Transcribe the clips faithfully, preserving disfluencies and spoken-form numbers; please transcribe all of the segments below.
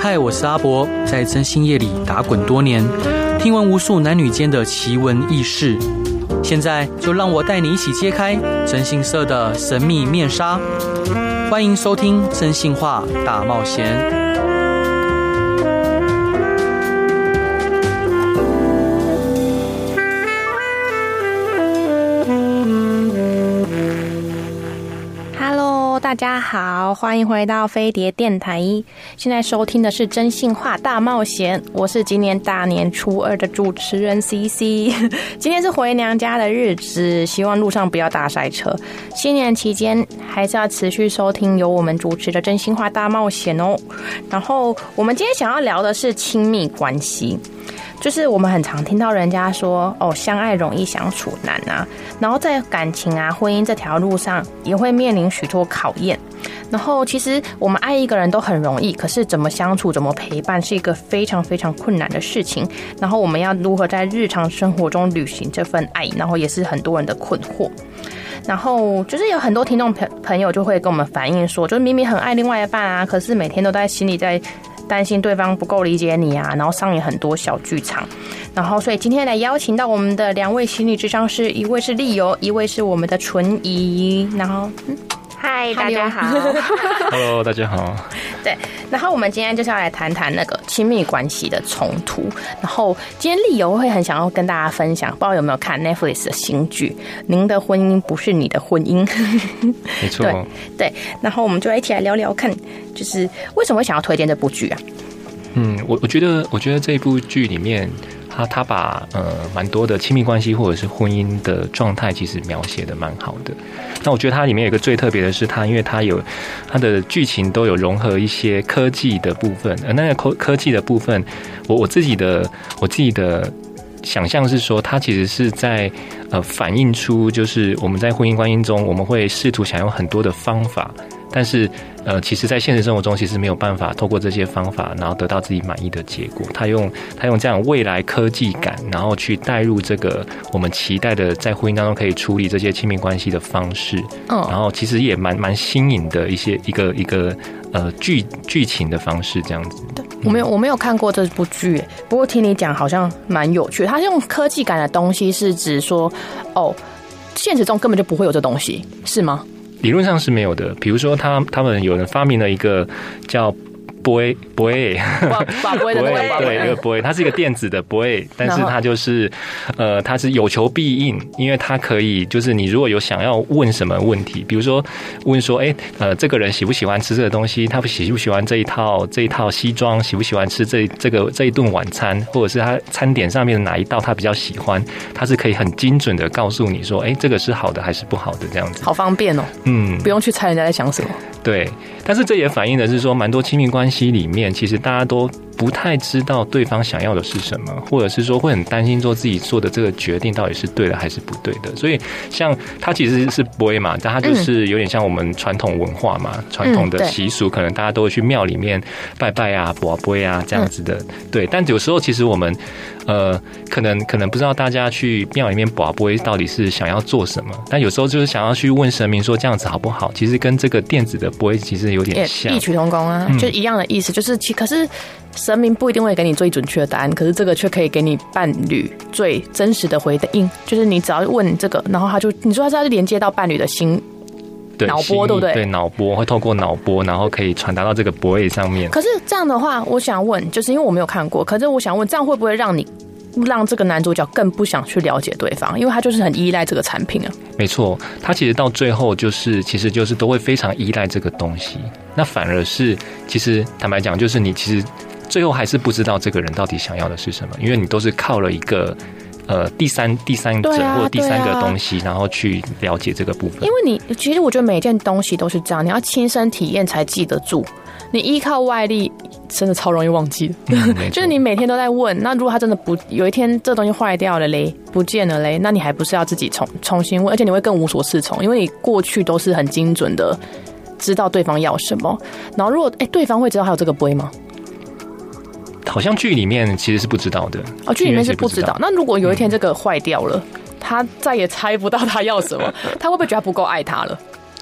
嗨，我是阿伯，在征信业里打滚多年，听闻无数男女间的奇闻异事。现在就让我带你一起揭开征信社的神秘面纱。欢迎收听《征信话大冒险》。 大家好，欢迎回到飞碟电台。现在收听的是真心话大冒险，我是今年大年初二的主持人 C C。 今天是回娘家的日子，希望路上不要大塞车。新年期间还是要持续收听由我们主持的真心话大冒险哦。然后我们今天想要聊的是亲密关系，就是我们很常听到人家说哦，相爱容易相处难啊，然后在感情啊婚姻这条路上也会面临许多考验。然后其实我们爱一个人都很容易，可是怎么相处怎么陪伴是一个非常非常困难的事情。然后我们要如何在日常生活中履行这份爱，然后也是很多人的困惑。然后就是有很多听众朋友就会跟我们反映说，就是明明很爱另外一半啊，可是每天都在心里在担心对方不够理解你啊，然后上演很多小剧场。然后所以今天来邀请到我们的两位心理咨商师，一位是丽友，一位是我们的纯怡。然后嗯嗨，大家好。 Hello， 大家好。 对，然后我们今天就是要来谈谈那个亲密关系的冲突。然后今天丽友会很想要跟大家分享，不知道有没有看 Netflix 的新剧《您的婚姻不是你的婚姻》。 没错。 对对，然后我们就一起来聊聊看，就是为什么会想要推荐这部剧啊？ 嗯，我我觉得，我觉得这一部剧里面，他他把呃蛮多的亲密关系或者是婚姻的状态，其实描写的蛮好的。那我觉得它里面有一个最特别的是它，因为它有它的剧情都有融合一些科技的部分，而那个科科技的部分，我我自己的我自己的想象是说，它其实是在呃反映出，就是我们在婚姻关系中，我们会试图想用很多的方法，但是呃，其实在现实生活中，其实没有办法透过这些方法，然后得到自己满意的结果。他用他用这样未来科技感，然后去带入这个我们期待的在婚姻当中可以处理这些亲密关系的方式。嗯，然后其实也蛮蛮新颖的一些一个一个呃剧剧情的方式这样子。 对，我没有我没有看过这部剧，不过听你讲好像蛮有趣的。他用科技感的东西是指说，哦，现实中根本就不会有这东西，是吗？ 理论上是没有的，比如说他他们有人发明了一个叫 boy boy 把 boy 的那个对一个 boy， 它是一个电子的 boy， 但是它就是呃它是有求必应，因为它可以就是你如果有想要问什么问题，比如说问说哎呃这个人喜不喜欢吃这个东西，他喜不喜欢这一套这一套西装，喜不喜欢吃这这个这一顿晚餐，或者是他餐点上面的哪一道他比较喜欢，他是可以很精准的告诉你说哎这个是好的还是不好的这样子。 好方便哦，嗯，不用去猜人家在想什么。 对，但是这也反映的是说，蛮多亲密关系里面，其实大家都不太知道对方想要的是什么，或者是说会很担心说自己做的这个决定到底是对的还是不对的。所以，像他其实是boy嘛，但他就是有点像我们传统文化嘛，传统的习俗，可能大家都会去庙里面拜拜啊、卜杯啊这样子的。对，但有时候其实我们呃，可能可能不知道大家去庙里面卜杯到底是想要做什么，但有时候就是想要去问神明说这样子好不好？其实跟这个电子的杯其实有点像， 异曲同工啊，就一样的意思，就是其可是神明不一定会给你最准确的答案，可是这个却可以给你伴侣最真实的回应，就是你只要问这个，然后他就你说他是连接到伴侣的心。脑波对不对？ 对，脑波会透过脑波，然后可以传达到这个波位上面。 可是这样的话，我想问，就是因为我没有看过，可是我想问，这样会不会让你让这个男主角更不想去了解对方？因为他就是很依赖这个产品啊。 没错，他其实到最后就是，其实就是都会非常依赖这个东西。那反而是，其实坦白讲，就是你其实最后还是不知道这个人到底想要的是什么，因为你都是靠了一个。呃，第三第三者或者第三个东西，然后去了解这个部分。 因为你其实我觉得每一件东西都是这样，你要亲身体验才记得住。你依靠外力，真的超容易忘记的。嗯、就是你每天都在问，那如果他真的不有一天这东西坏掉了嘞，不见了嘞，那你还不是要自己重重新问？而且你会更无所适从，因为你过去都是很精准的知道对方要什么。然后如果哎、欸，对方会知道还有这个杯吗？ 好像剧里面其实是不知道的哦，剧里面是不知道。那如果有一天这个坏掉了，嗯、他再也猜不到他要什么，他会不会觉得他不够爱他了？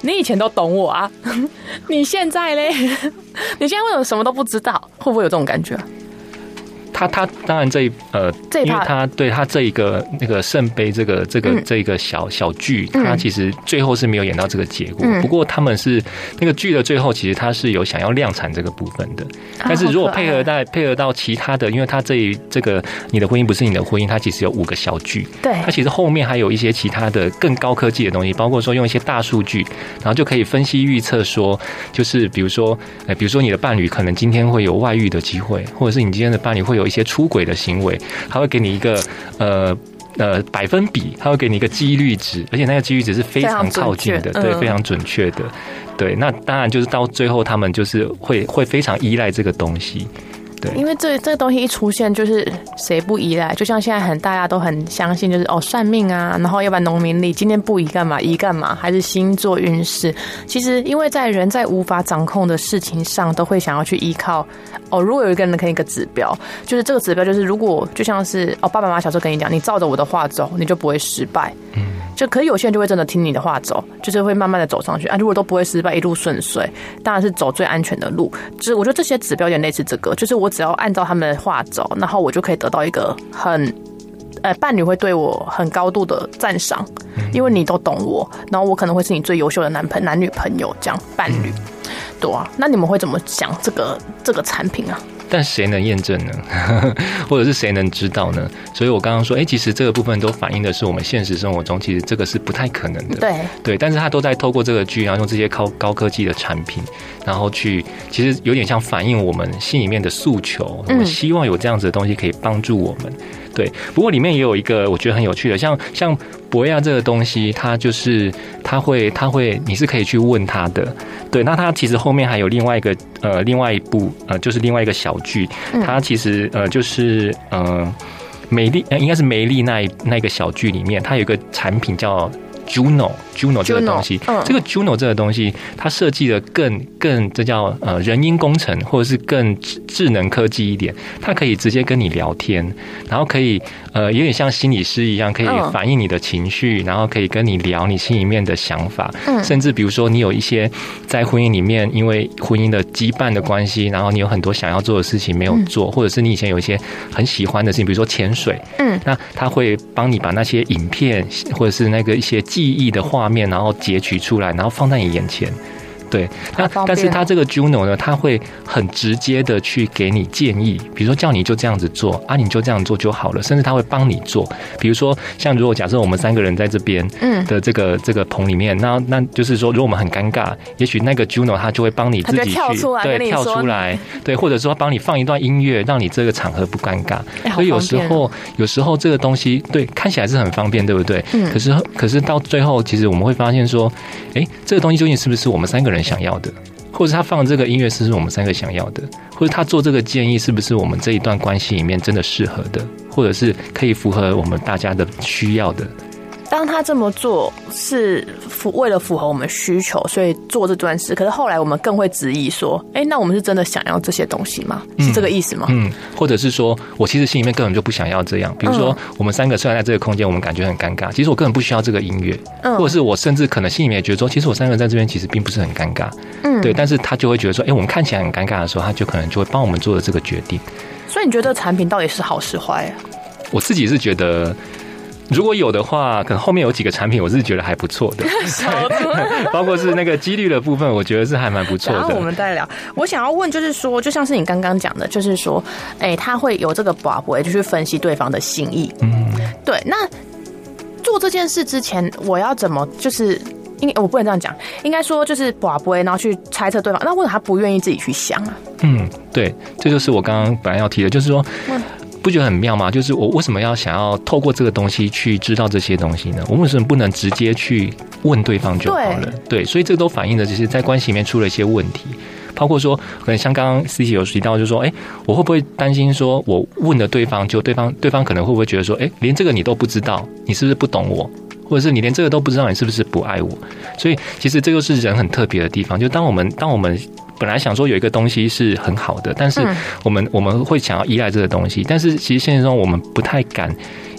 你以前都懂我啊，你现在嘞？你现在为什么什么都不知道？会不会有这种感觉？ 他他当然这一呃， 这一因为他对他这一个那个圣杯这个这个、嗯、这一个小小剧，他其实最后是没有演到这个结果。嗯、不过他们是那个剧的最后，其实他是有想要量产这个部分的。啊、但是如果配合到配合到其他的，因为他这一这个你的婚姻不是你的婚姻，它其实有五个小剧。 对， 它其实后面还有一些其他的更高科技的东西，包括说用一些大数据，然后就可以分析预测说，就是比如说，呃，比如说你的伴侣可能今天会有外遇的机会，或者是你今天的伴侣会有一些出轨的行为，他会给你一个呃呃百分比，他会给你一个几率值，而且那个几率值是非常靠近的，对，非常准确的。对，那当然就是到最后他们就是会会非常依赖这个东西。 因为这这个东西一出现，就是谁不依赖？就像现在很大家都很相信，就是哦算命啊，然后要不然农民历，今天不宜干嘛，宜干嘛？还是星座运势？其实因为在人在无法掌控的事情上，都会想要去依靠哦。如果有一个人可以一个指标，就是这个指标就是如果就像是哦爸爸妈妈小时候跟你讲，你照着我的话走，你就不会失败。嗯。就可是有些人就会真的听你的话走，就是会慢慢的走上去啊。如果都不会失败，一路顺遂，当然是走最安全的路。就是我觉得这些指标有点类似这个，就是我只要按照他们的话走，然后我就可以得到一个很呃伴侣会对我很高度的赞赏，因为你都懂我，然后我可能会是你最优秀的男朋男女朋友这样伴侣。对啊，那你们会怎么想这个这个产品啊？ 但谁能验证呢？或者是谁能知道呢？所以我刚刚说，哎、欸，其实这个部分都反映的是我们现实生活中，其实这个是不太可能的。 对对，但是他都在透过这个剧，然后用这些高高科技的产品，然后去，其实有点像反映我们心里面的诉求，我们希望有这样子的东西可以帮助我们。对，不过里面也有一个我觉得很有趣的，像像博亚这个东西，它就是它会它会你是可以去问它的。对，那它其实后面还有另外一个呃另外一部呃就是另外一个小剧，它其实呃就是呃美丽呃应该是梅丽那一那个小剧里面，它有一个产品叫Juno Juno 这个东西，嗯、这个 Juno 这个东西，它设计的更更这叫呃人因工程，或者是更智能科技一点，它可以直接跟你聊天，然后可以呃有点像心理师一样，可以反映你的情绪，然后可以跟你聊你心里面的想法，嗯、甚至比如说你有一些在婚姻里面因为婚姻的羁绊的关系，然后你有很多想要做的事情没有做，嗯、或者是你以前有一些很喜欢的事情，比如说潜水，嗯，那它会帮你把那些影片或者是那个一些记忆的画面，然后截取出来，然后放在你眼前。对，那但是它这个 Juno 呢，它会很直接的去给你建议，比如说叫你就这样子做啊，你就这样做就好了，甚至它会帮你做。比如说，像如果假设我们三个人在这边的这个、嗯、这个棚里面，那那就是说，如果我们很尴尬，也许那个 Juno 它就会帮你自己去跳出来对跳出来，对，或者说帮你放一段音乐，让你这个场合不尴尬。欸、所以有时候有时候这个东西对看起来是很方便，对不对？嗯。可是可是到最后，其实我们会发现说，哎、欸，这个东西究竟是不是我们三个人想要的，或者他放这个音乐是不是我们三个想要的，或者他做这个建议是不是我们这一段关系里面真的适合的，或者是可以符合我们大家的需要的。 当他这么做是为了符合我们需求，所以做这段事。可是后来我们更会质疑说，哎、欸，那我们是真的想要这些东西吗？是这个意思吗？ 嗯，或者是说我其实心里面根本就不想要这样。比如说，我们三个虽然在这个空间，我们感觉很尴尬，其实我根本不需要这个音乐，嗯、或者是我甚至可能心里面也觉得说，其实我三个人在这边其实并不是很尴尬，嗯，对。但是他就会觉得说，哎、欸，我们看起来很尴尬的时候，他就可能就会帮我们做了这个决定。 所以你觉得产品到底是好是坏啊？ 我自己是觉得。如果有的话，可能后面有几个产品，我是觉得还不错的，包括是那个几率的部分，我觉得是还蛮不错的。 然后我们再聊，我想要问就是说，就像是你刚刚讲的，就是说，哎、欸，他会有这个把握，就去分析对方的心意。嗯，对。那做这件事之前，我要怎么就是？应我不能这样讲，应该说就是把握，然后去猜测对方。那为什么他不愿意自己去想啊？ 嗯，对，这就是我刚刚本来要提的，就是说。嗯不觉得很妙吗？就是我为什么要想要透过这个东西去知道这些东西呢？我为什么不能直接去问对方就好了？对，对，所以这都反映的就是在关系里面出了一些问题，包括说可能像刚刚 C C 有提到，就是说，哎、欸，我会不会担心说我问了对方，就对方对方可能会不会觉得说，哎、欸，连这个你都不知道，你是不是不懂我？或者是你连这个都不知道，你是不是不爱我？所以其实这就是人很特别的地方，就当我们当我们本来想说有一个东西是很好的，但是我们我们会想要依赖这个东西，但是其实现实中我们不太敢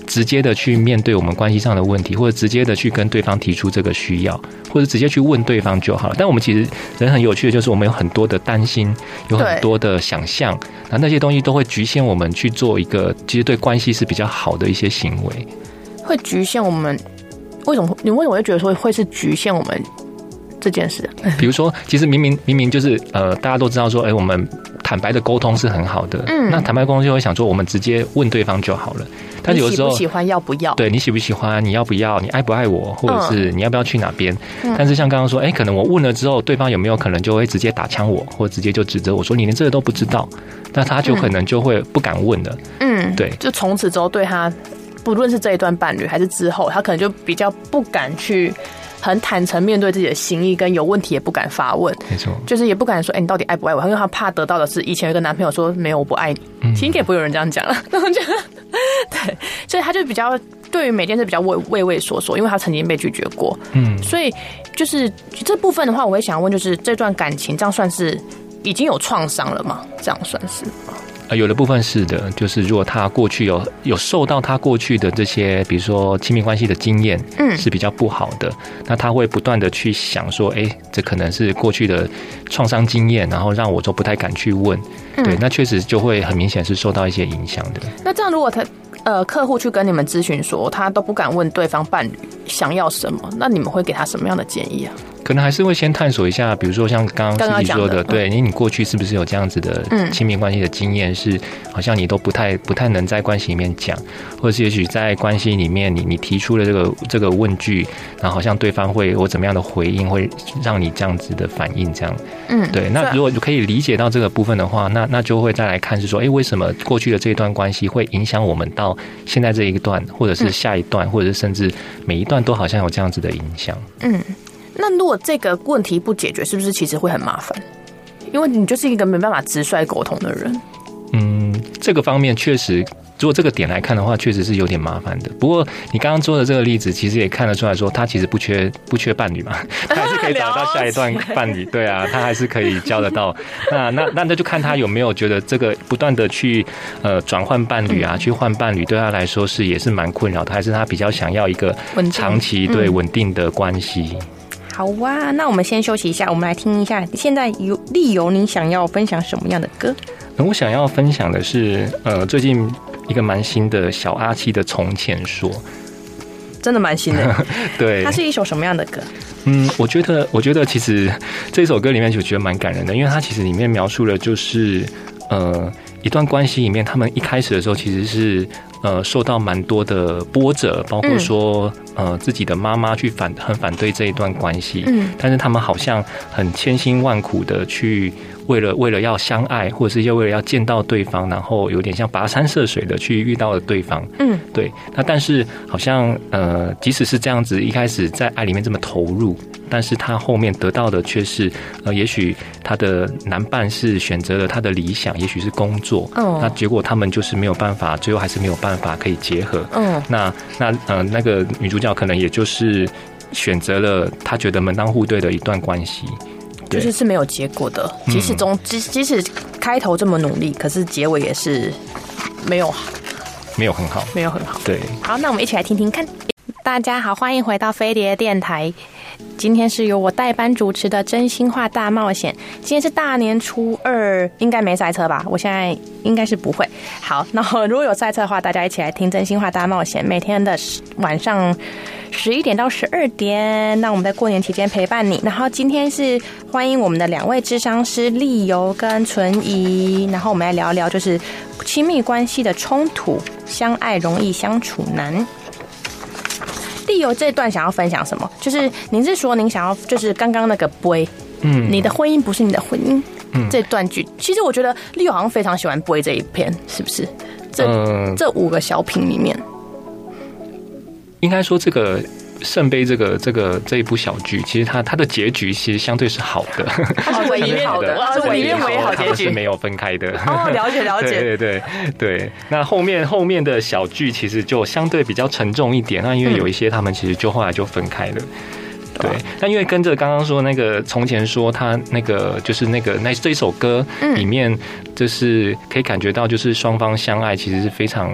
直接的去面对我们关系上的问题，或者直接的去跟对方提出这个需要，或者直接去问对方就好了。但我们其实人很有趣的就是我们有很多的担心，有很多的想象，那那些东西都会局限我们去做一个其实对关系是比较好的一些行为， 会局限我们。为什么你为什么会觉得说会是局限我们这件事、啊？ 比如说，其实明明明明就是呃，大家都知道说，哎、欸，我们坦白的沟通是很好的。嗯，那坦白沟通就会想说，我们直接问对方就好了。但是有时候你喜不喜欢要不要？ 对，你喜不喜欢？你要不要？你爱不爱我？或者是你要不要去哪边？ 嗯、 但是像刚刚说，哎、欸，可能我问了之后，对方有没有可能就会直接打枪我，或者直接就指责我说你连这个都不知道？那他就可能就会不敢问了。嗯，对， 就从此之后对他。不论是这一段伴侣还是之后，他可能就比较不敢去很坦诚面对自己的心意，跟有问题也不敢发问。 没错， 就是也不敢说，哎、欸，你到底爱不爱我？因为他怕得到的是以前有一个男朋友说没有我不爱你，嗯、其实应该也不会有人这样讲了。然后就对，所以他就比较对于每件事比较畏畏畏缩缩，因为他曾经被拒绝过。嗯，所以就是这部分的话，我会想问，就是这段感情这样算是已经有创伤了吗？这样算是吗？ 呃，有的部分是的，就是如果他过去有有受到他过去的这些，比如说亲密关系的经验，嗯，是比较不好的，那他会不断的去想说，哎、欸，这可能是过去的创伤经验，然后让我都不太敢去问，嗯、对，那确实就会很明显是受到一些影响的。 那这样如果他呃客户去跟你们咨询说，他都不敢问对方伴侣想要什么，那你们会给他什么样的建议啊？ 可能还是会先探索一下，比如说像刚刚自己说的，对，你你过去是不是有这样子的亲密关系的经验，是好像你都不太不太能在关系里面讲，或者是也许在关系里面，你你提出了这个这个问句，然后好像对方会有怎么样的回应，会让你这样子的反应，这样，嗯，对。那如果可以理解到这个部分的话，那那就会再来看是说，哎、欸，为什么过去的这一段关系会影响我们到现在这一段，或者是下一段，或者是甚至每一段都好像有这样子的影响，嗯。 那如果这个问题不解决，是不是其实会很麻烦？因为你就是一个没办法直率沟通的人。 嗯，这个方面确实，如果这个点来看的话，确实是有点麻烦的。不过你刚刚说的这个例子，其实也看得出来说，他其实不缺不缺伴侣嘛，他还是可以找到下一段伴侣。对啊，他还是可以交得到。那那那那就看他有没有觉得这个不断的去呃转换伴侣啊，去换伴侣，对他来说是也是蛮困扰的，还是他比较想要一个长期对稳定的关系。 好哇，那我们先休息一下，我们来听一下现在有理由你想要分享什么样的歌？ 我想要分享的是呃最近一个蛮新的小阿七的《从前说》， 真的蛮新的。 对， 它是一首什么样的歌？ 嗯，我觉得我觉得其实这首歌里面就觉得蛮感人的，因为它其实里面描述了就是呃一段关系里面，他们一开始的时候其实是呃受到蛮多的波折，包括说、嗯、呃自己的妈妈去反很反对这一段关系，嗯，但是他们好像很千辛万苦的去为了为了要相爱，或者是又为了要见到对方，然后有点像跋山涉水的去遇到了对方，嗯，对。那但是好像呃即使是这样子，一开始在爱里面这么投入，但是他后面得到的却是呃也许他的男伴是选择了他的理想，也许是工作，哦，那结果他们就是没有办法，最后还是没有办法可以结合，嗯，那那呃那个女主角可能也就是选择了她觉得门当户对的一段关系。 就是是没有结果的，即使中即即使开头这么努力，可是结尾也是没有没有很好， 没有很好。 对， 好，那我们一起来听听看。大家好，欢迎回到飞碟电台。今天是由我代班主持的真心话大冒险。今天是大年初二，应该没赛车吧？我现在应该是不会。好，那如果有赛车的话，大家一起来听真心话大冒险。每天的晚上十一点到十二点，那我们在过年期间陪伴你。然后今天是欢迎我们的两位諮商师丽游跟纯怡，然后我们来聊聊就是亲密关系的冲突，相爱容易相处难。丽游这段想要分享什么？就是您是说您想要就是刚刚那个杯，嗯，你的婚姻不是你的婚姻，嗯，这段句，其实我觉得丽游好像非常喜欢杯这一篇，是不是？这、呃、这五个小品里面， 应该说这个圣杯这个这个这一部小剧，其实它它的结局其实相对是好的， 它是唯一好的，它是唯一唯一好结局， 是没有分开的。 哦，了解了解， 对对对对。那后面后面的小剧其实就相对比较沉重一点，那因为有一些他们其实就后来就分开了。对，但因为跟着刚刚说那个从前说他那个就是那个那这一首歌里面，就是可以感觉到就是双方相爱其实是非常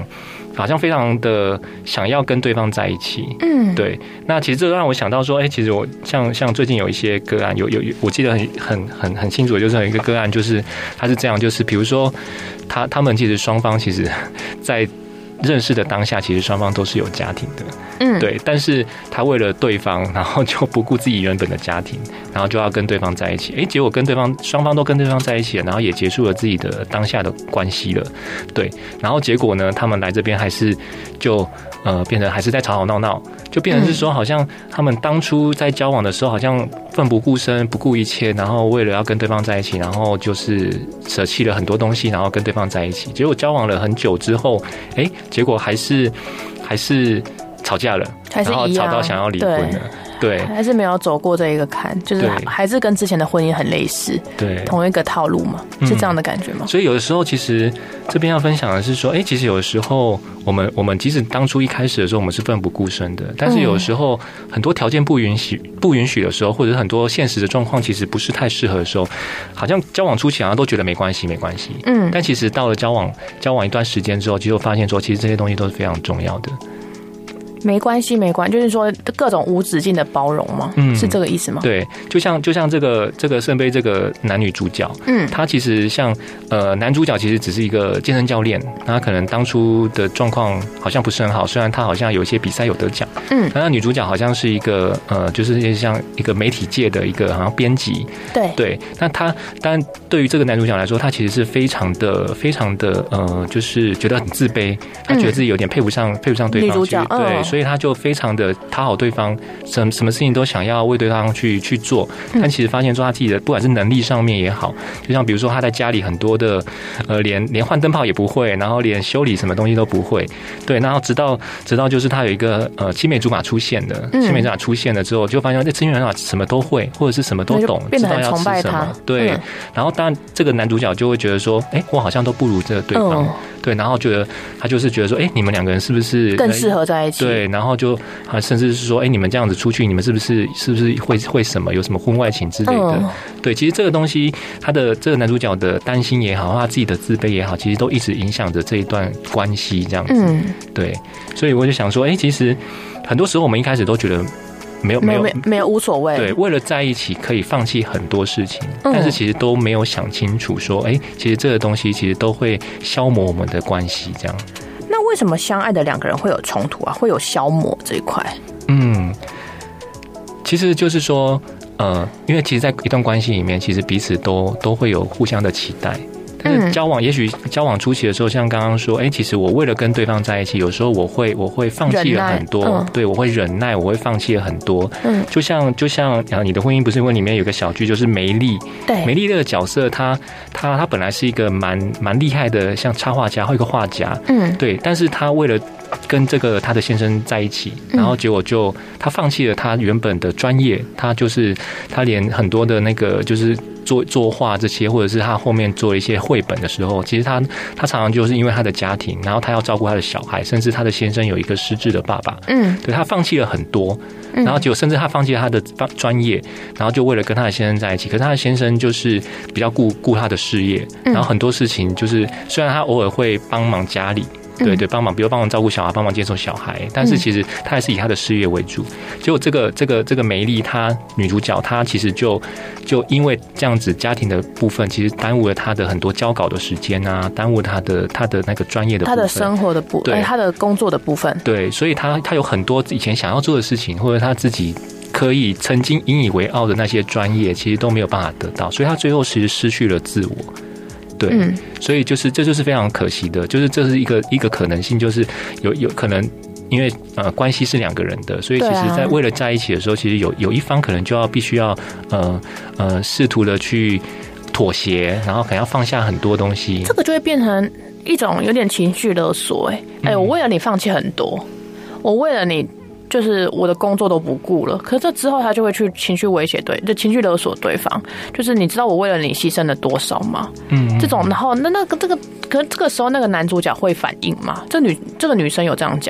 好像非常的想要跟对方在一起。嗯，对。那其实这让我想到说，哎、欸，其实我像像最近有一些个案，有有我记得很很很很清楚的，就是有一个个案，就是他是这样，就是比如说他他们其实双方其实在认识的当下，其实双方都是有家庭的，嗯，对，但是他为了对方，然后就不顾自己原本的家庭，然后就要跟对方在一起，哎，结果跟对方双方都跟对方在一起了，然后也结束了自己的当下的关系了，对，然后结果呢，他们来这边还是就呃变成还是在吵吵闹闹，就变成是说，好像他们当初在交往的时候，好像奋不顾身、不顾一切，然后为了要跟对方在一起，然后就是舍弃了很多东西，然后跟对方在一起，结果交往了很久之后，哎。结果还是还是吵架了， 还是一样， 然后吵到想要离婚了，对，对还是没有走过这一个坎，就是还是跟之前的婚姻很类似，对，同一个套路嘛，是这样的感觉吗？嗯、 所以有的时候，其实这边要分享的是说，哎、欸，其实有的时候我们我们即使当初一开始的时候我们是奋不顾身的，但是有的时候很多条件不允许不允许的时候，或者很多现实的状况其实不是太适合的时候，好像交往初期好像都觉得没关系没关系，嗯，但其实到了交往交往一段时间之后，其实我发现说，其实这些东西都是非常重要的。 没关系，没关系，就是说各种无止境的包容吗？嗯，是这个意思吗？ 对，就像就像这个这个圣杯这个男女主角，嗯，他其实像呃男主角其实只是一个健身教练，他可能当初的状况好像不是很好，虽然他好像有一些比赛有得奖，嗯，那女主角好像是一个呃就是像一个媒体界的一个好像编辑， 对对，那他当然对于这个男主角来说，他其实是非常的非常的呃就是觉得很自卑，他觉得自己有点配不上、嗯、配不上对方， 女主角对。嗯所以他就非常的讨好对方，什么什么事情都想要为对方去去做，但其实发现说他自己的不管是能力上面也好，就像比如说他在家里很多的呃连连换灯泡也不会，然后连修理什么东西都不会，对，然后直到直到就是他有一个呃青梅竹马出现的，青梅竹马出现了之后，就发现这青梅竹马什么都会，或者是什么都懂，知道要吃什么，对，然后当然这个男主角就会觉得说，哎，我好像都不如这个对方，对，然后觉得他就是觉得说，哎，你们两个人是不是更适合在一起？ 对。然后就啊，甚至是说，哎、欸，你们这样子出去，你们是不是是不是会会什么有什么婚外情之类的？嗯、对，其实这个东西，他的这个男主角的担心也好，他自己的自卑也好，其实都一直影响着这一段关系这样子。嗯，对，所以我就想说，哎、欸，其实很多时候我们一开始都觉得。没有没有没有无所谓， 对，为了在一起可以放弃很多事情，嗯、但是其实都没有想清楚说，哎、欸，其实这个东西其实都会消磨我们的关系，这样。 那为什么相爱的两个人会有冲突啊？会有消磨这一块？ 嗯，其实就是说，呃，因为其实，在一段关系里面，其实彼此都都会有互相的期待。但是交往，也许交往初期的时候，像刚刚说，哎、欸，其实我为了跟对方在一起，有时候我会我会放弃了很多，嗯、对我会忍耐，我会放弃了很多。嗯，就像就像啊，你的婚姻不是因为里面有个小剧，就是梅丽， 对， 梅丽这个角色，她她她本来是一个蛮蛮厉害的，像插画家或一个画家，嗯，对，但是她为了跟这个她的先生在一起，然后结果就她放弃了她原本的专业，她就是她连很多的那个就是作作画这些，或者是她后面做一些绘本的时候，其实她她常常就是因为她的家庭，然后她要照顾她的小孩，甚至她的先生有一个失智的爸爸，嗯，对，她放弃了很多，然后结果甚至她放弃了她的专业，然后就为了跟她的先生在一起，可是她的先生就是比较顾顾她的事业，然后很多事情就是虽然他偶尔会帮忙家里。对对，帮忙，比如帮忙照顾小孩，帮忙接送小孩，但是其实他还是以他的事业为主。结果这个这个这个梅丽，她女主角，她其实就就因为这样子家庭的部分，其实耽误了她的很多交稿的时间啊，耽误她的她的那个专业的部分， 她的生活的部分，对，她的工作的部分， 对，所以她她有很多以前想要做的事情，或者她自己可以曾经引以为傲的那些专业，其实都没有办法得到，所以她最后其实失去了自我。对，嗯、所以就是这就是非常可惜的，就是这是一个一个可能性，就是有有可能，因为呃关系是两个人的，所以其实在为了在一起的时候，其实有有一方可能就要必须要呃呃试图的去妥协，然后可能要放下很多东西， 这个就会变成一种有点情绪勒索、欸，哎、欸、哎，我为了你放弃很多，我为了你。就是我的工作都不顾了，可是这之后他就会去情绪威胁对，就情绪勒索对方。就是你知道我为了你牺牲了多少吗？嗯，这种，然后那那个这个，可是这个时候那个男主角会反应吗？这女这个女生有这样讲吗？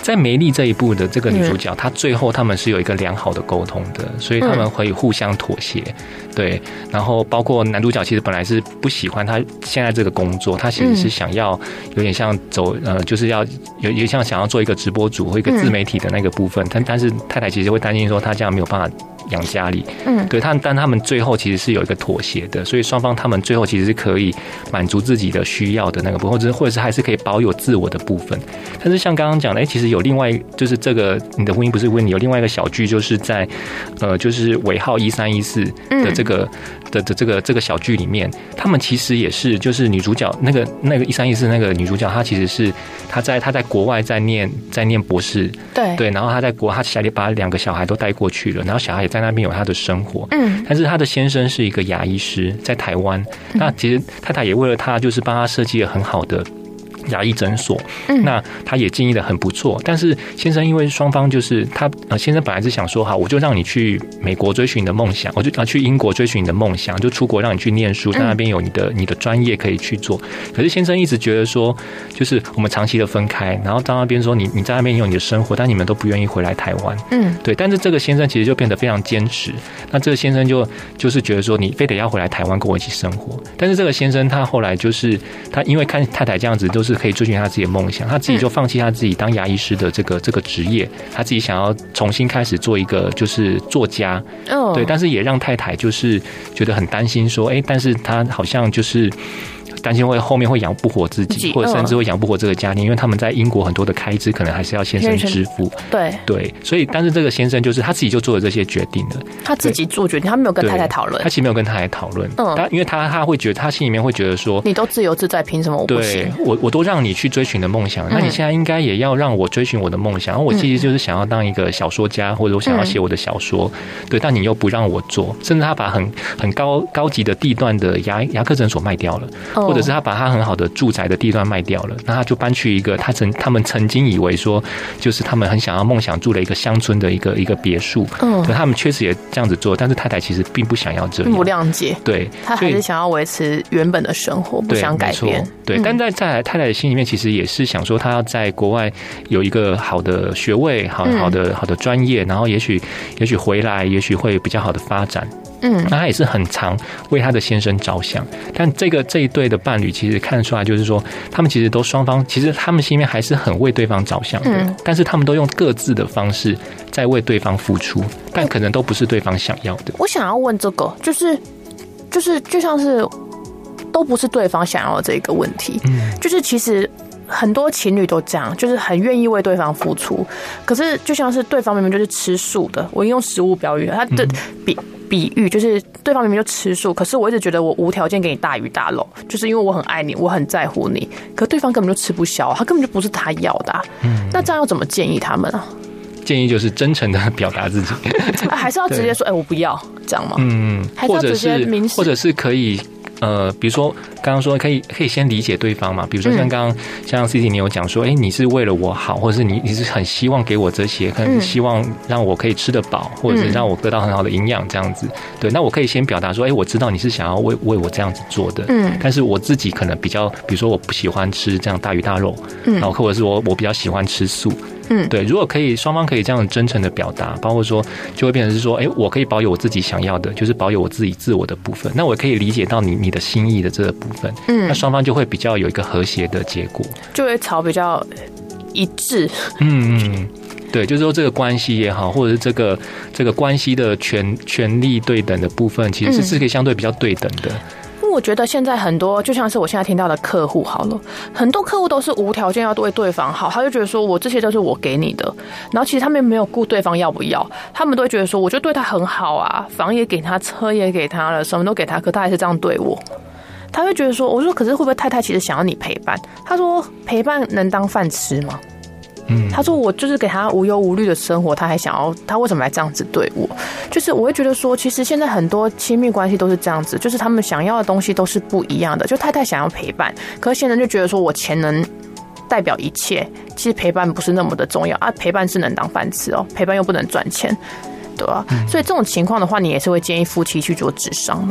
在梅丽这一部的这个女主角，嗯、她最后他们是有一个良好的沟通的，所以他们可以互相妥协。嗯、对，然后包括男主角其实本来是不喜欢他现在这个工作，他其实是想要有点像走呃，就是要有有像想要做一个直播主或一个自媒体的那个部分，但、嗯、但是太太其实会担心说他这样没有办法养家里，嗯，对，他但他们最后其实是有一个妥协的，所以双方他们最后其实是可以满足自己的需要的那个部分，或者或者是还是可以保有自我的部分。但是像刚刚讲的，哎、欸，其实有另外就是这个你的婚姻不是婚姻，有另外一个小剧，就是在呃，就是尾号一三一四的这个、嗯、的的这个这个小剧里面，他们其实也是就是女主角那个那个一三一四那个女主角，她其实是她在她在国外在念在念博士， 对对， 然后她在国她小姐把两个小孩都带过去了，然后小孩也在那边有他的生活，嗯，但是他的先生是一个牙医师，在台湾，嗯、那其实太太也为了他，就是帮他设计了很好的牙医诊所，嗯，那他也经营的很不错，但是先生因为双方就是他呃，先生本来是想说好，我就让你去美国追寻你的梦想，我就啊去英国追寻你的梦想，就出国让你去念书，在那边有你的你的专业可以去做。可是先生一直觉得说，就是我们长期的分开，然后到那边说你你在那边有你的生活，但你们都不愿意回来台湾，嗯，对。但是这个先生其实就变得非常坚持，那这个先生就就是觉得说你非得要回来台湾跟我一起生活。但是这个先生他后来就是他因为看太太这样子都是可以追寻他自己的梦想，他自己就放弃他自己当牙医师的这个这个职业，他自己想要重新开始做一个就是作家，哦，对，但是也让太太就是觉得很担心说，哎，但是他好像就是担心会后面会养不活自己，或者甚至会养不活这个家庭，因为他们在英国很多的开支可能还是要先生支付。对对，所以但是这个先生就是他自己就做了这些决定了，他自己做决定，他没有跟太太讨论， 他其实没有跟太太讨论，嗯，他因为他他会觉得他心里面会觉得说， 你都自由自在，凭什么我不行？ 对，我我都让你去追寻的梦想，那你现在应该也要让我追寻我的梦想。然后我其实就是想要当一个小说家，或者我想要写我的小说，对，但你又不让我做，甚至他把很很高高级的地段的牙牙科诊所卖掉了，或者是他把他很好的住宅的地段卖掉了，那他就搬去一个他曾他们曾经以为说就是他们很想要梦想住的一个乡村的一个一个别墅，嗯，对，他们确实也这样子做，但是太太其实并不想要这样， 并不谅解， 对， 他还是想要维持原本的生活，不想改变， 对，但在在太太的心里面，其实也是想说，他要在国外有一个好的学位，好好的好的专业，然后也许也许回来，也许会有比较好的发展。嗯，那他也是很常为他的先生着想，但这个这一对的伴侣其实看得出来，就是说他们其实都双方，其实他们心里面还是很为对方着想的，嗯，但是他们都用各自的方式在为对方付出，但可能都不是对方想要的。 我想要问这个，就是就是就像是都不是对方想要的这个问题，嗯，就是其实。很多情侣都这样，就是很愿意为对方付出，可是就像是对方明明就是吃素的，我用食物标语，他的比比喻就是对方明明就吃素，可是我一直觉得我无条件给你大鱼大肉，就是因为我很爱你，我很在乎你，可对方根本就吃不消，他根本就不是他要的，啊嗯，那这样要怎么建议他们啊？ 建议就是真诚的表达自己， 还是要直接说，哎，欸，我不要这样吗？ 嗯， 还是要直接明示， 或者是可以。呃，比如说刚刚说可以可以先理解对方嘛，比如说像刚刚、嗯、像 C C 你有讲说，哎、欸，你是为了我好，或者是你你是很希望给我这些，可能希望让我可以吃得饱，或者是让我得到很好的营养这样子。对，那我可以先表达说，哎、欸，我知道你是想要为为我这样子做的，嗯，但是我自己可能比较，比如说我不喜欢吃这样大鱼大肉，嗯，然后或者是我我比较喜欢吃素。嗯，对，如果可以，双方可以这样真诚的表达，包括说，就会变成是说，哎、欸，我可以保有我自己想要的，就是保有我自己自我的部分。那我可以理解到你你的心意的这个部分，嗯，那双方就会比较有一个和谐的结果， 就会朝比较一致。 嗯嗯，对，就是说这个关系也好，或者是这个这个关系的权权力对等的部分，其实是可以相对比较对等的。 我觉得现在很多，就像是我现在听到的客户好了，很多客户都是无条件要对对方好，他就觉得说我这些都是我给你的，然后其实他们没有顾对方要不要，他们都会觉得说我就对他很好啊，房也给他，车也给他了，什么都给他，可他还是这样对我。他会觉得说，我说可是会不会太太其实想要你陪伴？他说陪伴能当饭吃吗？嗯，他说我就是给他无忧无虑的生活，他还想要，他为什么来这样子对我？就是我会觉得说，其实现在很多亲密关系都是这样子，就是他们想要的东西都是不一样的。就太太想要陪伴，可是现在就觉得说我钱能代表一切，其实陪伴不是那么的重要啊，陪伴是能当饭吃哦，陪伴又不能赚钱。对啊，所以这种情况的话，你也是会建议夫妻去做諮商吗？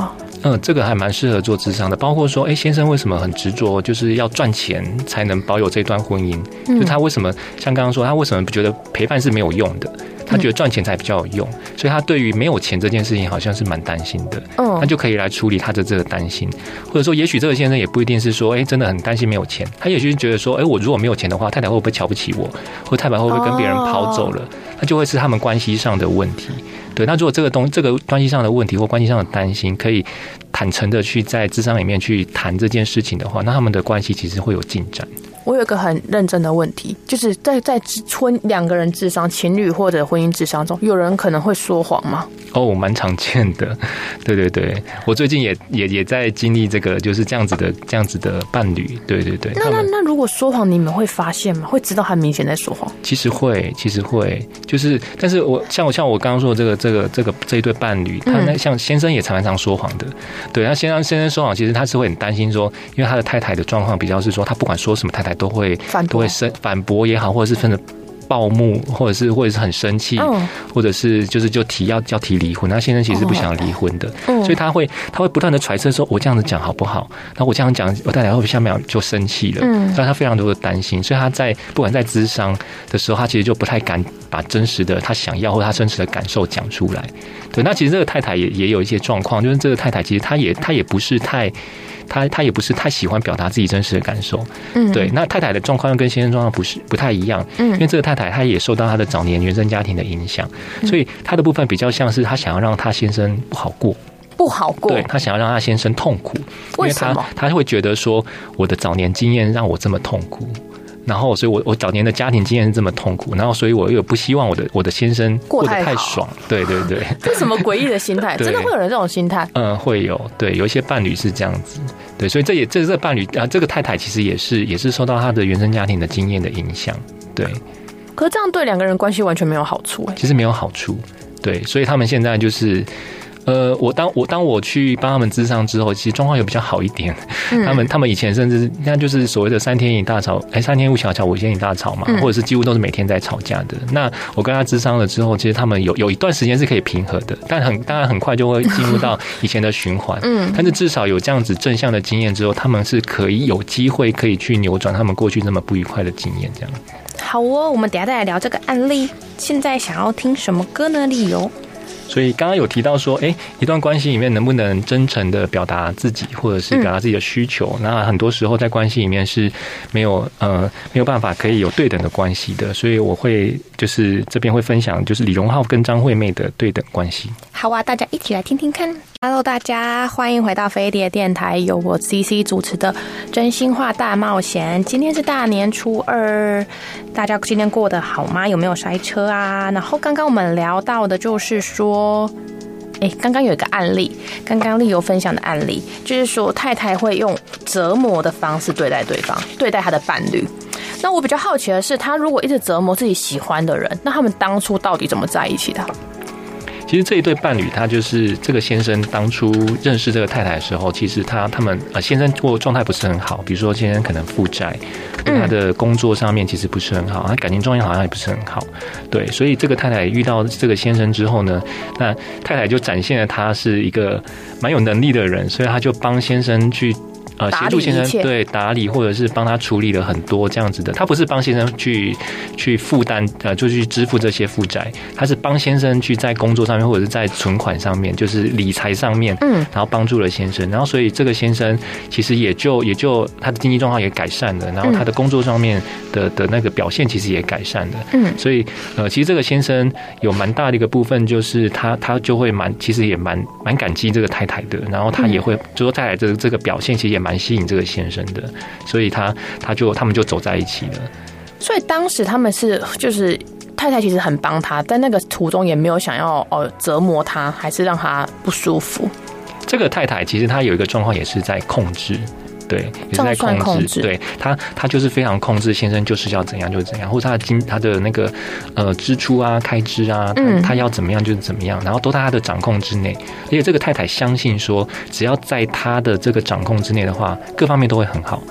嗯，这个还蛮适合做諮商的，包括说，哎、欸，先生为什么很执着，就是要赚钱才能保有这段婚姻？嗯、就他为什么像刚刚说，他为什么觉得陪伴是没有用的？他觉得赚钱才比较有用，所以他对于没有钱这件事情好像是蛮担心的。嗯，他就可以来处理他的这个担心，或者说，也许这个先生也不一定是说，哎、欸，真的很担心没有钱，他也许觉得说，哎、欸，我如果没有钱的话，太太会不会瞧不起我，或太太会不会跟别人跑走了？哦、那就会是他们关系上的问题。对，那如果这个东这个关系上的问题或关系上的担心，可以坦诚的去在諮商里面去谈这件事情的话，那他们的关系其实会有进展。 我有一个很认真的问题，就是在在婚两个人諮商、情侣或者婚姻諮商中，有人可能会说谎吗？ 哦，蛮常见的，对对对，我最近也也也在经历这个，就是这样子的这样子的伴侣，对对对。 那那那如果说谎，你们会发现吗？会知道他明显在说谎？ 其实会，其实会，就是，但是我像我像我刚刚说的这个这个这个这一对伴侣，他那像先生也常常说谎的，对，那先生先生说谎，其实他是会很担心说，因为他的太太的状况比较是说，他不管说什么，太太都会都会生反驳也好，或者是分的。暴怒，或者是或者是很生气，嗯、或者是就是就提要要提离婚，他先生其实不想离婚的，嗯、所以他会他会不断的揣测说，我这样子讲好不好？那我这样讲，我太太会不会下秒就生气了？嗯，所以他非常多的担心，所以他在不管在諮商的时候，他其实就不太敢把真实的他想要或他真实的感受讲出来。对，那其实这个太太也也有一些状况，就是这个太太其实她也她也不是太。他他也不是太喜欢表达自己真实的感受，嗯，对。那太太的状况跟先生状况不是不太一样，嗯，因为这个太太她也受到她的早年原生家庭的影响，所以她的部分比较像是她想要让她先生不好过， 不好过， 对，她想要让她先生痛苦， 为什么？ 她她会觉得说，我的早年经验让我这么痛苦。然后，所以我我早年的家庭经验是这么痛苦，然后所以我又不希望我的我的先生过得太爽，对对对， 这是什么诡异的心态？真的会有人这种心态？ 嗯，会有，对，有一些伴侣是这样子，对，所以这也这这个伴侣啊，这个太太其实也是也是受到她的原生家庭的经验的影响，对。 可是这样对两个人关系完全没有好处哎、欸， 其实没有好处，对，所以他们现在就是。呃，我当我当我去帮他们諮商之后，其实状况有比较好一点。嗯、他们他们以前甚至那就是所谓的三天一大吵，哎，三天无小吵，五天一大吵嘛，嗯、或者是几乎都是每天在吵架的。那我跟他諮商了之后，其实他们有有一段时间是可以平和的，但很当然很快就会进入到以前的循环。嗯，但是至少有这样子正向的经验之后，他们是可以有机会可以去扭转他们过去那么不愉快的经验。这样。 好哦，我们等一下再来聊这个案例。现在想要听什么歌呢？理由？ 所以刚刚有提到说，哎，一段关系里面能不能真诚的表达自己，或者是表达自己的需求？嗯、那很多时候在关系里面是没有呃没有办法可以有对等的关系的。所以我会就是这边会分享，就是李荣浩跟张惠妹的对等关系。 好啊，大家一起来听听看。Hello， 大家欢迎回到飞碟电台，由我 C C 主持的真心话大冒险。今天是大年初二，大家今天过得好吗？有没有塞车啊？然后刚刚我们聊到的就是说，哎，刚刚有一个案例，刚刚丽友分享的案例，就是说太太会用折磨的方式对待对方，对待他的伴侣。那我比较好奇的是，他如果一直折磨自己喜欢的人，那他们当初到底怎么在一起的？ 其实这一对伴侣，他就是这个先生当初认识这个太太的时候，其实他他们呃先生过状态不是很好，比如说先生可能负债，他的工作上面其实不是很好，他感情状况好像也不是很好，对，所以这个太太遇到这个先生之后呢，那太太就展现了他是一个蛮有能力的人，所以他就帮先生去。呃，协助先生对打理，或者是帮他处理了很多这样子的。他不是帮先生去去负担，呃，就去支付这些负债，他是帮先生去在工作上面，或者是在存款上面，就是理财上面，嗯，然后帮助了先生，然后所以这个先生其实也就也就他的经济状况也改善了，然后他的工作上面的的那个表现其实也改善了，嗯，所以呃，其实这个先生有蛮大的一个部分，就是他他就会蛮其实也蛮蛮感激这个太太的，然后他也会就说太太这个这个表现其实也蛮吸引这个先生的，所以他他就他们就走在一起了。 所以当时他们是就是太太其实很帮他，但那个途中也没有想要哦折磨他，还是让他不舒服。 这个太太其实她有一个状况也是在控制。对，也是在控制。控制对他，他就是非常控制先生，就是要怎样就是怎样，或者他的经他的那个呃支出啊、开支啊，他他要怎么样就是怎么样，然后都在他的掌控之内。而且这个太太相信说，只要在他的这个掌控之内的话，各方面都会很好。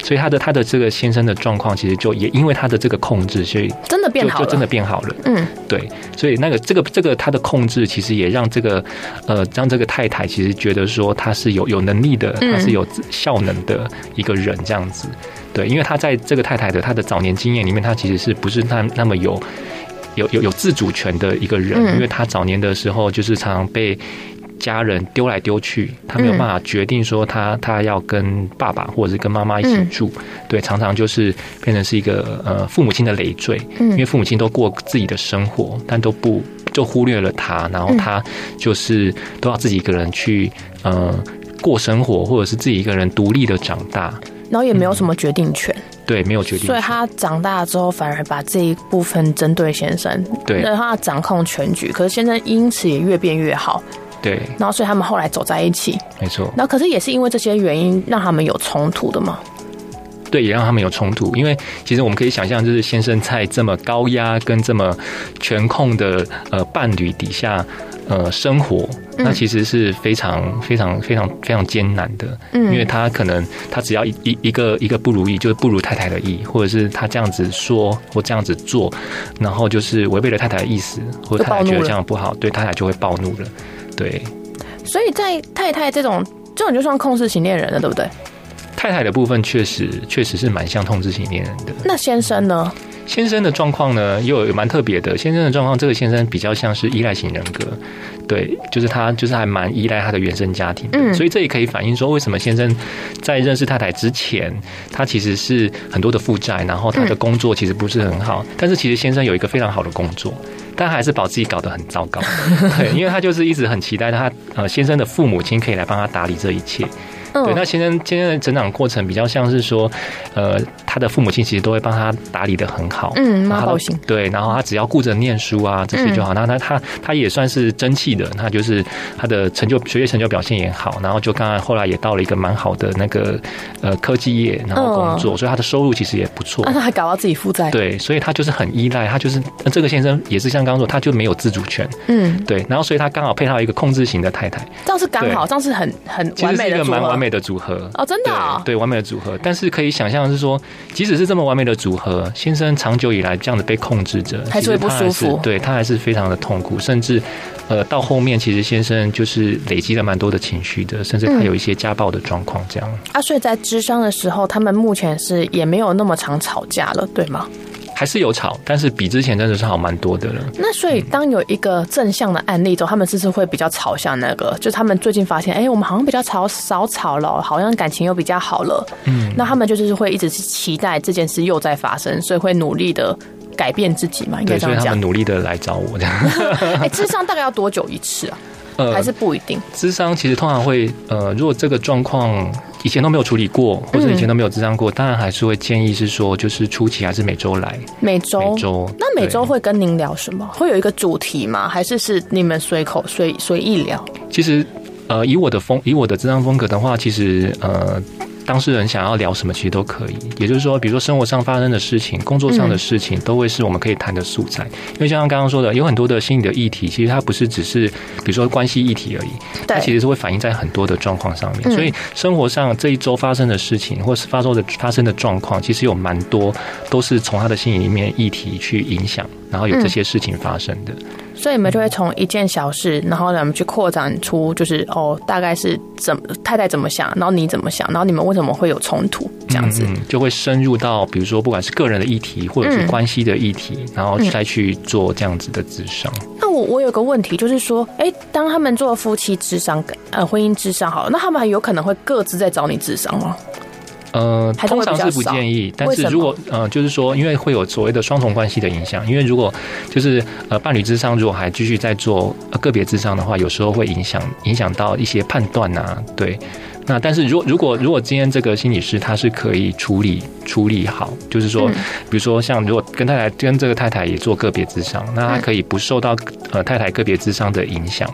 所以他的他的这个先生的状况，其实就也因为他的这个控制，所以真的变好了， 就真的变好了。 嗯， 对，所以那个这个这个他的控制，其实也让这个呃让这个太太其实觉得说他是有有能力的，他是有效能的一个人这样子。对，因为他在这个太太的他的早年经验里面，他其实是不是那那么有有有有自主权的一个人，因为他早年的时候就是常常被家人丢来丢去，他没有办法决定说他他要跟爸爸或者是跟妈妈一起住，嗯、对，常常就是变成是一个呃父母亲的累赘，嗯、因为父母亲都过自己的生活，但都不就忽略了他，然后他就是都要自己一个人去呃过生活，或者是自己一个人独立的长大， 然后也没有什么决定权。嗯对，没有决定权， 所以他长大之后反而把这一部分针对先生， 对， 让他掌控全局。可是先生因此也越变越好， 对。 然后所以他们后来走在一起， 没错。 然后可是也是因为这些原因让他们有冲突的嘛？ 对，也让他们有冲突。因为其实我们可以想象，就是先生在这么高压跟这么全控的呃伴侣底下。呃，生活那其实是非常非常非常非常艰难的，嗯，因为他可能他只要一一一个一个不如意，就是不如太太的意，或者是他这样子说或这样子做，然后就是违背了太太的意思，或者太太觉得这样不好，对太太就会暴怒了，对。 所以在太太这种这种就算控制型恋人了，对不对？ 太太的部分确实确实是蛮像控制型恋人的。 那先生呢？ 先生的状况呢，又有蛮特别的。先生的状况，这个先生比较像是依赖型人格，对，就是他就是还蛮依赖他的原生家庭的，嗯，所以这也可以反映说，为什么先生在认识太太之前，他其实是很多的负债，然后他的工作其实不是很好，嗯，但是其实先生有一个非常好的工作，但还是把自己搞得很糟糕，对，因为他就是一直很期待他呃先生的父母亲可以来帮他打理这一切。对，那先生先生的成长过程比较像是说，呃，他的父母亲其实都会帮他打理得很好， 嗯，妈宝型， 对，然后他只要顾着念书啊这些就好，那、嗯、他他他也算是争气的，他就是他的成就学业成就表现也好，然后就刚才后来也到了一个蛮好的那个呃科技业，然后工作，嗯、所以他的收入其实也不错， 但他还搞到自己负债， 对，所以他就是很依赖，他就是这个先生也是像刚刚说，他就没有自主权，嗯，对，然后所以他刚好配到一个控制型的太太， 这样是刚好，这样是很很完美的组合，其实是一个蛮完美的组合。 哦，真的、哦对，对，完美的组合。但是可以想象的是说，即使是这么完美的组合，先生长久以来这样子被控制着， 还是会不舒服。 对，他还是非常的痛苦，甚至呃到后面，其实先生就是累积了蛮多的情绪的，甚至他有一些家暴的状况这样、嗯。 啊，所以在諮商的时候，他们目前是也没有那么常吵架了，对吗？ 还是有吵，但是比之前真的是好蛮多的了。 那所以当有一个正向的案例之后，他们是不是会比较朝向那个？就是他们最近发现，哎、欸，我们好像比较吵少吵了，好像感情又比较好了。嗯，那他们就是会一直期待这件事又在发生，所以会努力的改变自己嘛？应该这样讲。 对，所以他们努力的来找我这样。 哎、欸，諮商大概要多久一次啊？呃，还是不一定。 諮商其实通常会，呃，如果这个状况以前都没有处理过，或者以前都没有諮商过，嗯、当然还是会建议是说，就是初期还是每周来。 每周， 每周。 那每周会跟您聊什么？会有一个主题吗？还是是你们随口随随意聊？ 其实，呃，以我的风，以我的諮商风格的话，其实呃。当事人想要聊什么其实都可以，也就是说比如说生活上发生的事情，工作上的事情都会是我们可以谈的素材。因为就像刚刚说的，有很多的心理的议题，其实它不是只是比如说关系议题而已，它其实是会反映在很多的状况上面。所以生活上这一周发生的事情，或是发生的发生的状况，其实有蛮多都是从他的心理里面议题去影响，然后有这些事情发生的。 所以你们就会从一件小事，然后呢，我们去扩展出，就是哦，大概是怎么太太怎么想，然后你怎么想，然后你们为什么会有冲突，这样子、 嗯，就会深入到比如说不管是个人的议题，或者是关系的议题，嗯、然后再去做这样子的諮商。 那我我有个问题，就是说，哎、欸，当他们做夫妻諮商，呃，婚姻諮商好了，那他们还有可能会各自在找你諮商吗？ 呃，通常是不建议，但是如果呃，就是说，因为会有所谓的双重关系的影响，因为如果就是呃伴侣諮商如果还继续在做个别諮商的话，有时候会影响影响到一些判断啊，对。那但是如果如果如果今天这个心理师他是可以处理处理好，就是说，比如说像如果跟太太跟这个太太也做个别諮商，那他可以不受到呃太太个别諮商的影响。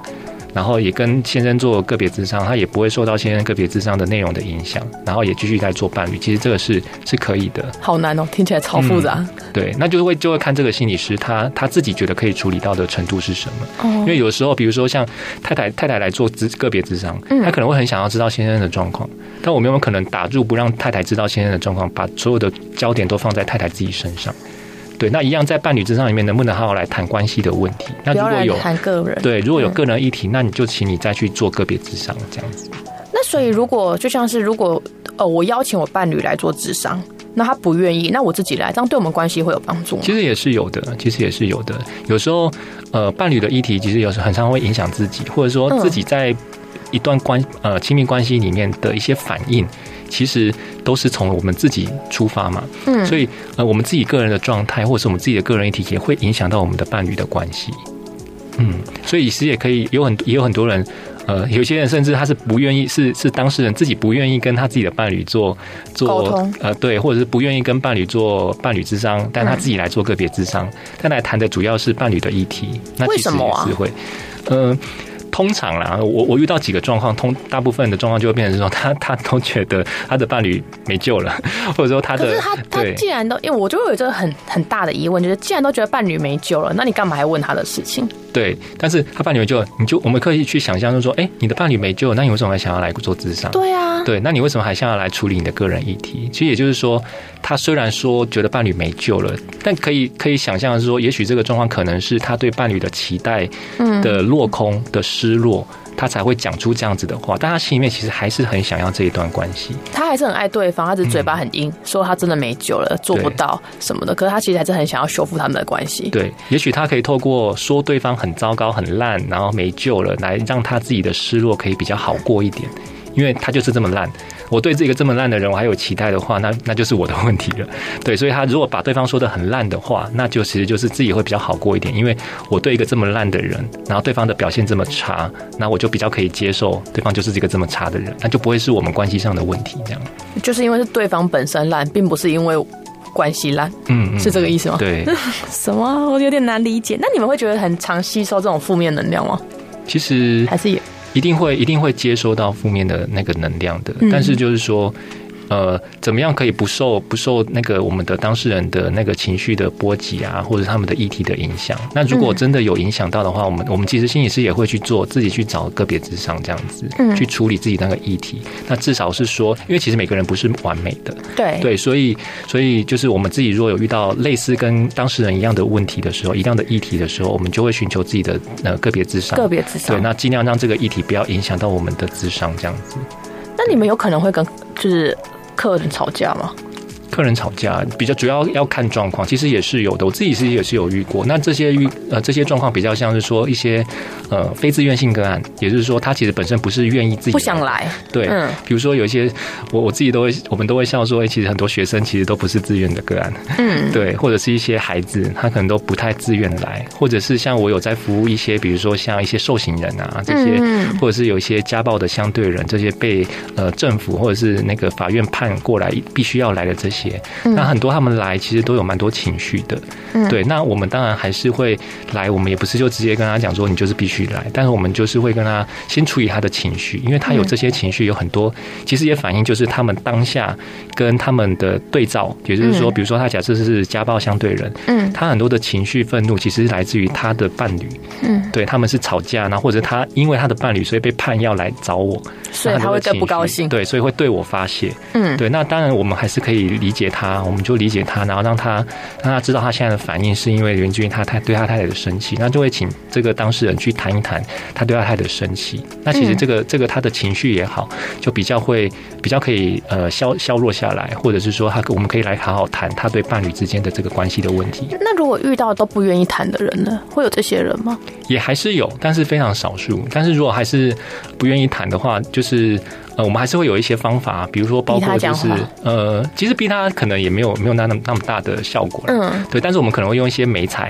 然后也跟先生做个别咨商，他也不会受到先生个别咨商的内容的影响，然后也继续在做伴侣，其实这个是是可以的。 好难哦，听起来超复杂。 嗯、对，那就会就会看这个心理师他他自己觉得可以处理到的程度是什么。哦、因为有时候，比如说像太太太太来做个别咨商，他可能会很想要知道先生的状况，但我们有没有可能打住不让太太知道先生的状况，把所有的焦点都放在太太自己身上？对，那一样在伴侣咨商里面，能不能好好来谈关系的问题？那如果有谈个人， 对，如果有个人议题，嗯、那你就请你再去做个别咨商这样子。 那所以如果就像是如果呃我邀请我伴侣来做咨商，那他不愿意，那我自己来，这样对我们关系会有帮助吗？ 其实也是有的，其实也是有的。有时候呃伴侣的议题，其实有时候很常会影响自己，或者说自己在一段关呃亲密关系里面的一些反应。其实都是从我们自己出发嘛，嗯，所以呃，我们自己个人的状态，或者是我们自己的个人议题，也会影响到我们的伴侣的关系，嗯，所以其实也可以有很也有很多人，呃，有些人甚至他是不愿意，是是当事人自己不愿意跟他自己的伴侣做做呃对，或者是不愿意跟伴侣做伴侣咨商，但他自己来做个别咨商，但来谈的主要是伴侣的议题，那其实也是会，嗯、呃。通常啦，我我遇到几个状况，通大部分的状况就会变成是说，他他都觉得他的伴侣没救了，或者说他的， 可是他他既然都，因为我就会有这个很很大的疑问，就是既然都觉得伴侣没救了，那你干嘛还问他的事情？ 对，但是他伴侣没救，你就我们可以去想象，就是说，哎、欸，你的伴侣没救，那你为什么还想要来做咨商？ 对啊， 对，那你为什么还想要来处理你的个人议题？其实也就是说，他虽然说觉得伴侣没救了，但可以可以想象的是说，也许这个状况可能是他对伴侣的期待的落空的失落。嗯，他才会讲出这样子的话，但他心里面其实还是很想要这一段关系。 他还是很爱对方，他只是嘴巴很硬，嗯、说他真的没救了，做不到什么的。可是他其实还是很想要修复他们的关系。 对，也许他可以透过说对方很糟糕、很烂，然后没救了，来让他自己的失落可以比较好过一点。因为他就是这么烂，我对这个这么烂的人我还有期待的话，那那就是我的问题了。对，所以他如果把对方说的很烂的话，那就其实就是自己会比较好过一点。因为我对一个这么烂的人，然后对方的表现这么差，那我就比较可以接受对方就是这个这么差的人，那就不会是我们关系上的问题。这样，就是因为是对方本身烂，并不是因为关系烂。嗯，是这个意思吗？对。什么？我有点难理解。那你们会觉得很常吸收这种负面能量吗？ 其实还是也。 一定会一定会接收到负面的那个能量的，但是就是说，呃，怎么样可以不受不受那个我们的当事人的那个情绪的波及啊，或者他们的议题的影响？那如果真的有影响到的话，我们我们其实心理师也会去做，自己去找个别咨商这样子，嗯，去处理自己那个议题。那至少是说，因为其实每个人不是完美的，对对，所以所以就是我们自己如果有遇到类似跟当事人一样的问题的时候，一样的议题的时候，我们就会寻求自己的呃个别咨商，个别咨商，对，那尽量让这个议题不要影响到我们的咨商这样子。 那你们有可能会跟就是客人吵架吗？ 客人吵架比较主要要看状况，其实也是有的，我自己其实也是有遇过。那这些遇呃这些状况比较像是说一些呃非自愿性个案，也就是说他其实本身不是愿意自己不想来， 对，嗯，比如说有一些我我自己都会我们都会笑说，其实很多学生其实都不是自愿的个案，嗯，对，或者是一些孩子他可能都不太自愿来，或者是像我有在服务一些，比如说像一些受刑人啊这些，嗯，或者是有一些家暴的相对人，这些被呃政府或者是那个法院判过来必须要来的这些。那很多他们来其实都有蛮多情绪的，嗯，对。那我们当然还是会来，我们也不是就直接跟他讲说你就是必须来，但是我们就是会跟他先处理他的情绪，因为他有这些情绪有很多，其实也反映就是他们当下跟他们的对照，也就是说，比如说他假设是家暴相对人，嗯，他很多的情绪愤怒其实是来自于他的伴侣，嗯，对，他们是吵架，然后或者他因为他的伴侣所以被判要来找我， 所以他会更不高兴， 对，所以会对我发泄，嗯，对。那当然我们还是可以理解他。我们就理解他，然后让他让他知道他现在的反应是因为源自于他太对他太太的生气，那就会请这个当事人去谈一谈他对他太太的生气。那其实这个、嗯、这个他的情绪也好，就比较会比较可以呃消消弱下来，或者是说他我们可以来好好谈他对伴侣之间的这个关系的问题。 那如果遇到都不愿意谈的人呢？会有这些人吗？ 也还是有，但是非常少数。但是如果还是不愿意谈的话，就是呃，我们还是会有一些方法，比如说包括就是呃，其实逼他可能也没有没有那那那么大的效果了，嗯，对。但是我们可能会用一些媒材，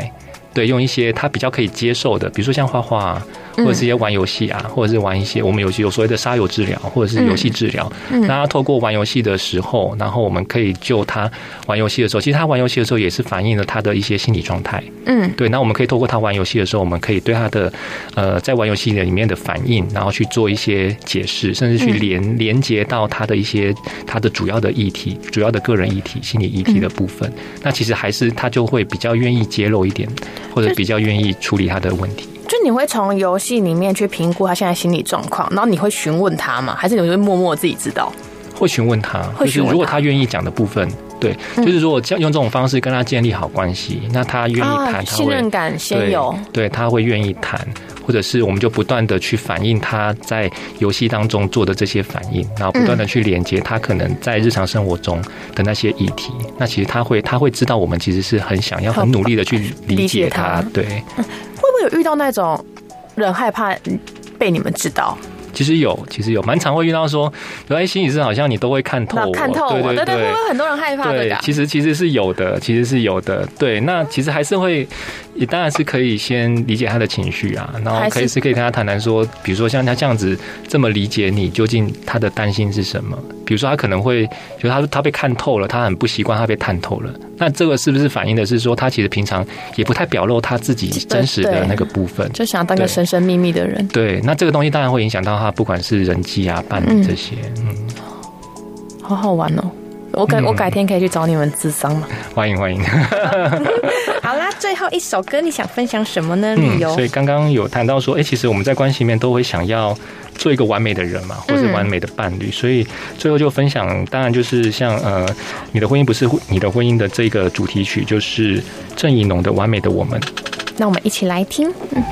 对，用一些他比较可以接受的，比如说像画画啊，或者是一些玩游戏啊，或者是玩一些我们有有所谓的沙游治疗，或者是游戏治疗。嗯，那他透过玩游戏的时候，然后我们可以就他玩游戏的时候，其实他玩游戏的时候也是反映了他的一些心理状态。嗯，对，那我们可以透过他玩游戏的时候，我们可以对他的呃在玩游戏里面的反应，然后去做一些解释，甚至去连、嗯、连接到他的一些他的主要的议题、主要的个人议题、心理议题的部分。嗯、那其实还是他就会比较愿意揭露一点。或者比较愿意处理他的问题， 就你会从游戏里面去评估他现在心理状况，然后你会询问他吗？还是你会默默自己知道？ 会询问他，就是如果他愿意讲的部分，对，嗯、就是如果用这种方式跟他建立好关系，那他愿意谈，啊、 信任感先有， 对，对他会愿意谈。或者是我们就不断的去反映他在游戏当中做的这些反应，然后不断的去连接他可能在日常生活中的那些议题。那其实他会他会知道我们其实是很想要很努力的去理解他。对， 嗯，会不会有遇到那种人害怕被你们知道？ 其实有，其实有，蛮常会遇到说，有些心理师好像你都会看透我， 看透我，对对 对, 对, 对，会不会很多人害怕？ 对，其实其实是有的，其实是有的。对，那其实还是会，也当然是可以先理解他的情绪啊，然后可以是可以跟他谈谈说，比如说像他这样子这么理解你，究竟他的担心是什么？比如说他可能会，就他他被看透了，他很不习惯他被看透了。那这个是不是反映的是说，他其实平常也不太表露他自己真实的那个部分， 就想当个神神秘秘的人？ 对，那这个东西当然会影响到他，不管是人际啊、伴侣这些，嗯， 好好玩哦。我改、嗯、我改天可以去找你们諮商吗？ 欢迎欢迎。 好啦，最后一首歌你想分享什么呢？理由、 嗯、所以刚刚有谈到说，哎、欸，其实我们在关系里面都会想要做一个完美的人嘛，或是完美的伴侣、嗯、所以最后就分享，当然就是像呃，你的婚姻不是你的婚姻的这个主题曲，就是郑宜农的《完美的我们》。 那我们一起来听。嗯